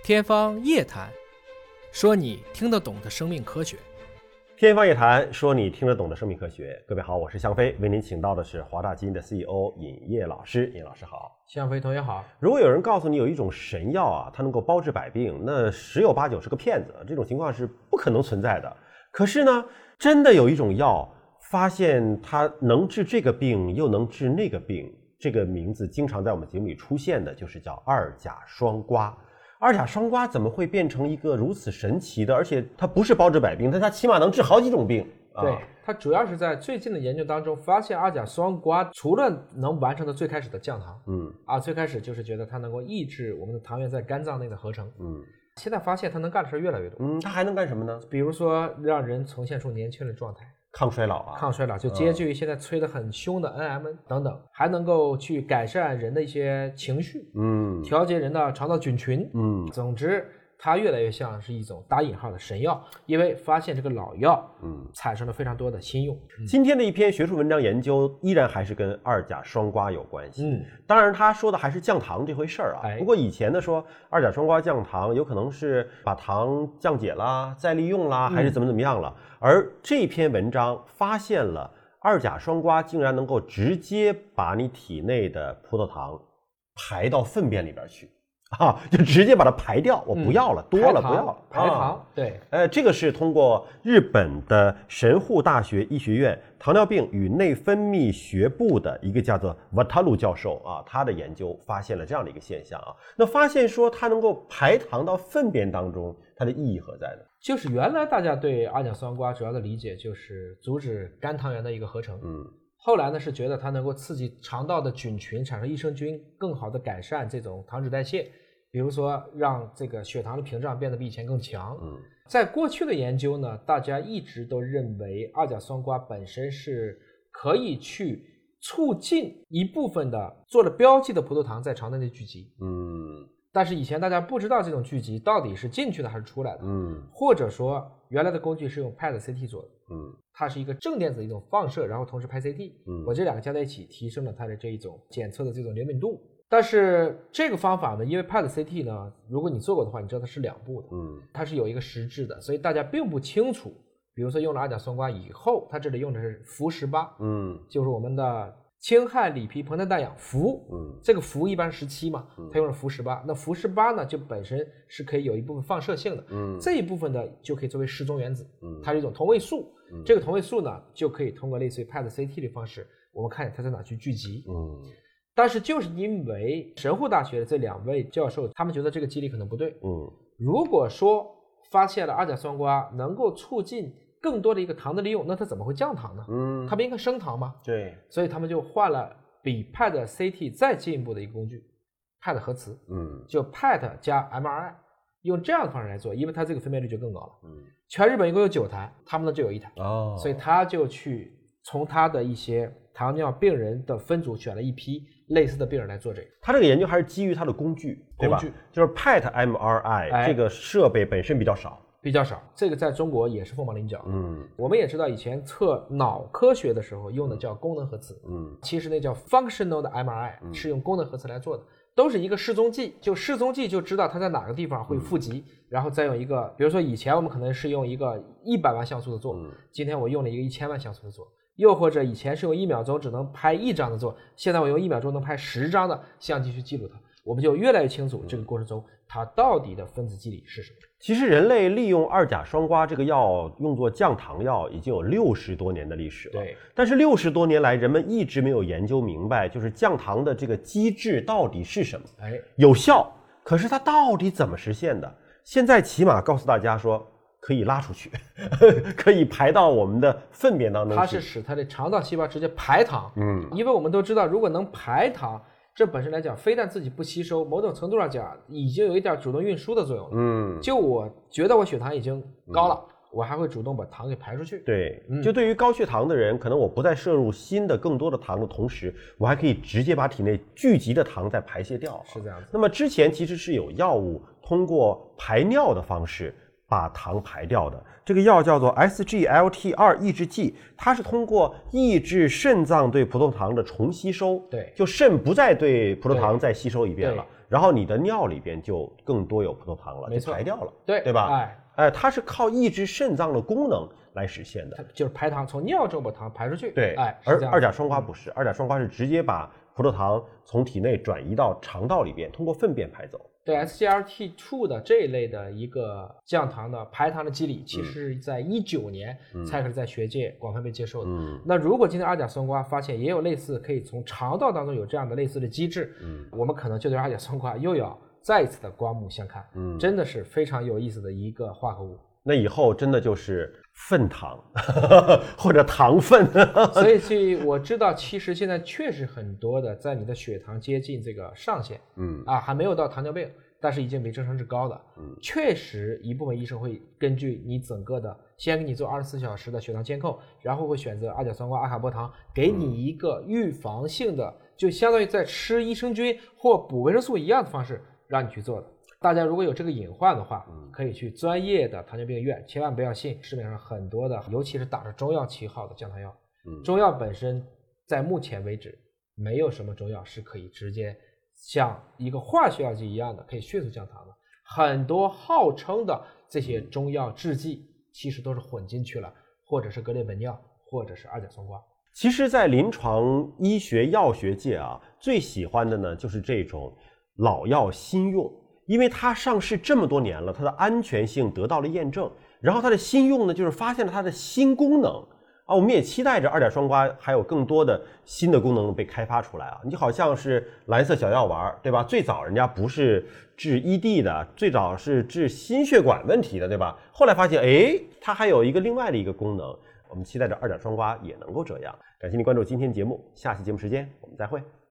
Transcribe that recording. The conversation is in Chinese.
天方夜谭，说你听得懂的生命科学。 天方夜谭，说你听得懂的生命科学。各位好，我是向飞，为您请到的是华大基因的 CEO 尹烨老师。尹老师好。 向飞同学好。 如果有人告诉你有一种神药啊，它能够包治百病，那十有八九是个骗子，这种情况是不可能存在的。可是呢，真的有一种药，发现它能治这个病又能治那个病，这个名字经常在我们节目里出现的，就是叫二甲双胍。二甲双胍怎么会变成一个如此神奇的，而且它不是包治百病，但它起码能治好几种病。 对，它主要是在最近的研究当中发现，二甲双胍除了能完成的最开始的降糖，最开始就是觉得它能够抑制我们的糖原在肝脏内的合成，现在发现它能干的事越来越多。 它还能干什么呢？ 比如说让人重现出年轻的状态。 抗衰老啊， 抗衰老就接近于现在催得很凶的 NMN 等等，还能够去改善人的一些情绪，调节人的肠道菌群，总之它越来越像是一种打引号的神药，因为发现这个老药，产生了非常多的新用。 今天的一篇学术文章研究依然还是跟二甲双胍有关系，当然他说的还是降糖这回事儿啊。不过以前的说二甲双胍降糖，有可能是把糖降解啦、再利用啦，还是怎么样了。而这篇文章发现了二甲双胍竟然能够直接把你体内的葡萄糖排到粪便里边去。就直接把它排掉，我不要了，多了不要了， 排糖，对， 这个是通过日本的神户大学医学院糖尿病与内分泌学部的一个叫做瓦塔鲁教授他的研究发现了这样的一个现象那发现说它能够排糖到粪便当中，它的意义何在呢？ 就是原来大家对二甲双胍主要的理解就是阻止肝糖原的一个合成，后来呢是觉得它能够刺激肠道的菌群产生益生菌，更好的改善这种糖脂代谢，比如说让这个血糖的屏障变得比以前更强。在过去的研究呢，大家一直都认为二甲双胍本身是可以去促进一部分的做了标记的葡萄糖在肠内的聚集。但是以前大家不知道这种聚集到底是进去的还是出来的，或者说原来的工具是用 PET-CT 做的，它是一个正电子的一种放射，然后同时拍 CT，我这两个加在一起提升了它的这一种检测的这种灵敏度。但是这个方法呢，因为 PET-CT 呢，如果你做过的话，你知道它是两步的，它是有一个时制的，所以大家并不清楚。比如说用了二甲双胍以后，它这里用的是氟18，就是我们的氢氦锂铍硼碳氮氧氟，这个氟一般是17嘛，它用了氟18，那氟18呢就本身是可以有一部分放射性的，这一部分的就可以作为示踪原子，它是一种同位素，这个同位素呢就可以通过类似于 PET-CT 的方式，我们看见它在哪去聚集。但是就是因为神户大学的这两位教授，他们觉得这个机理可能不对，如果说发现了二甲双胍能够促进更多的一个糖的利用，那它怎么会降糖呢？它不应该升糖吗？ 对， 所以他们就换了比 PET-CT 再进一步的一个工具 ，PET 核磁，就 PET 加 MRI， 用这样的方式来做，因为它这个分辨率就更高了。全日本一共有9台，他们呢就有1台，所以他就去从他的一些糖尿病人的分组选了一批类似的病人来做这个。 他这个研究还是基于他的工具，对吧？就是 PET MRI 这个设备本身比较少， 这个在中国也是凤毛麟角。我们也知道以前测脑科学的时候用的叫功能核磁，其实那叫 functional 的 MRI，是用功能核磁来做的，都是一个示踪剂，就示踪剂就知道它在哪个地方会富集，然后再用一个，比如说以前我们可能是用一个100万像素的做，今天我用了一个1000万像素的做，又或者以前是用1秒钟只能拍1张的做，现在我用1秒钟能拍10张的相机去记录它，我们就越来越清楚这个过程中它到底的分子机理是什么。 其实人类利用二甲双胍这个药用作降糖药已经有60多年的历史了。 对， 但是60多年来人们一直没有研究明白，就是降糖的这个机制到底是什么。有效，可是它到底怎么实现的？现在起码告诉大家说可以拉出去，可以排到我们的粪便当中去。 它是使它的肠道细胞直接排糖。因为我们都知道，如果能排糖，这本身来讲非但自己不吸收，某种程度上讲已经有一点主动运输的作用了。就我觉得我血糖已经高了，我还会主动把糖给排出去。 对，就对于高血糖的人，可能我不再摄入新的更多的糖的同时，我还可以直接把体内聚集的糖再排泄掉。 是这样子。 那么之前其实是有药物通过排尿的方式把糖排掉的，这个药叫做 SGLT2 抑制剂，它是通过抑制肾脏对葡萄糖的重吸收， 对， 就肾不再对葡萄糖再吸收一遍了， 然后你的尿里边就更多有葡萄糖了，就排掉了，对吧？它是靠抑制肾脏的功能来实现的， 就是排糖，从尿中把糖排出去。 对，而二甲双胍不是，二甲双胍是直接把葡萄糖从体内转移到肠道里边，通过粪便排走。 对 SGLT2 的这一类的一个降糖的排糖的机理，其实是在19年才开始在学界广泛被接受的。那如果今天阿甲双胍发现也有类似可以从肠道当中有这样的类似的机制，我们可能就对阿甲双胍又要再一次的刮目相看。真的是非常有意思的一个化合物。 那以后真的就是粪糖或者糖分所以我知道其实现在确实很多的在你的血糖接近这个上限还没有到糖尿病，但是已经比正常值高的确实一部分医生会根据你整个的先给你做24小时的血糖监控，然后会选择阿甲双胍阿卡波糖，给你一个预防性的就相当于在吃益生菌或补维生素一样的方式让你去做的。大家如果有这个隐患的话，可以去专业的糖尿病医院，千万不要信市面上很多的，尤其是打着中药旗号的降糖药。中药本身在目前为止没有什么中药是可以直接像一个化学药剂一样的可以迅速降糖的。很多号称的这些中药制剂其实都是混进去了，或者是格列本脲，或者是二甲双胍。 其实在临床医学药学界最喜欢的呢就是这种老药新用，因为它上市这么多年了，它的安全性得到了验证，然后它的新用呢就是发现了它的新功能我们也期待着二甲双胍还有更多的新的功能被开发出来你就好像是蓝色小药丸，对吧？最早人家不是治ED的，最早是治心血管问题的，对吧？后来发现它还有一个另外的一个功能，我们期待着二甲双胍也能够这样。感谢您关注今天节目，下期节目时间我们再会。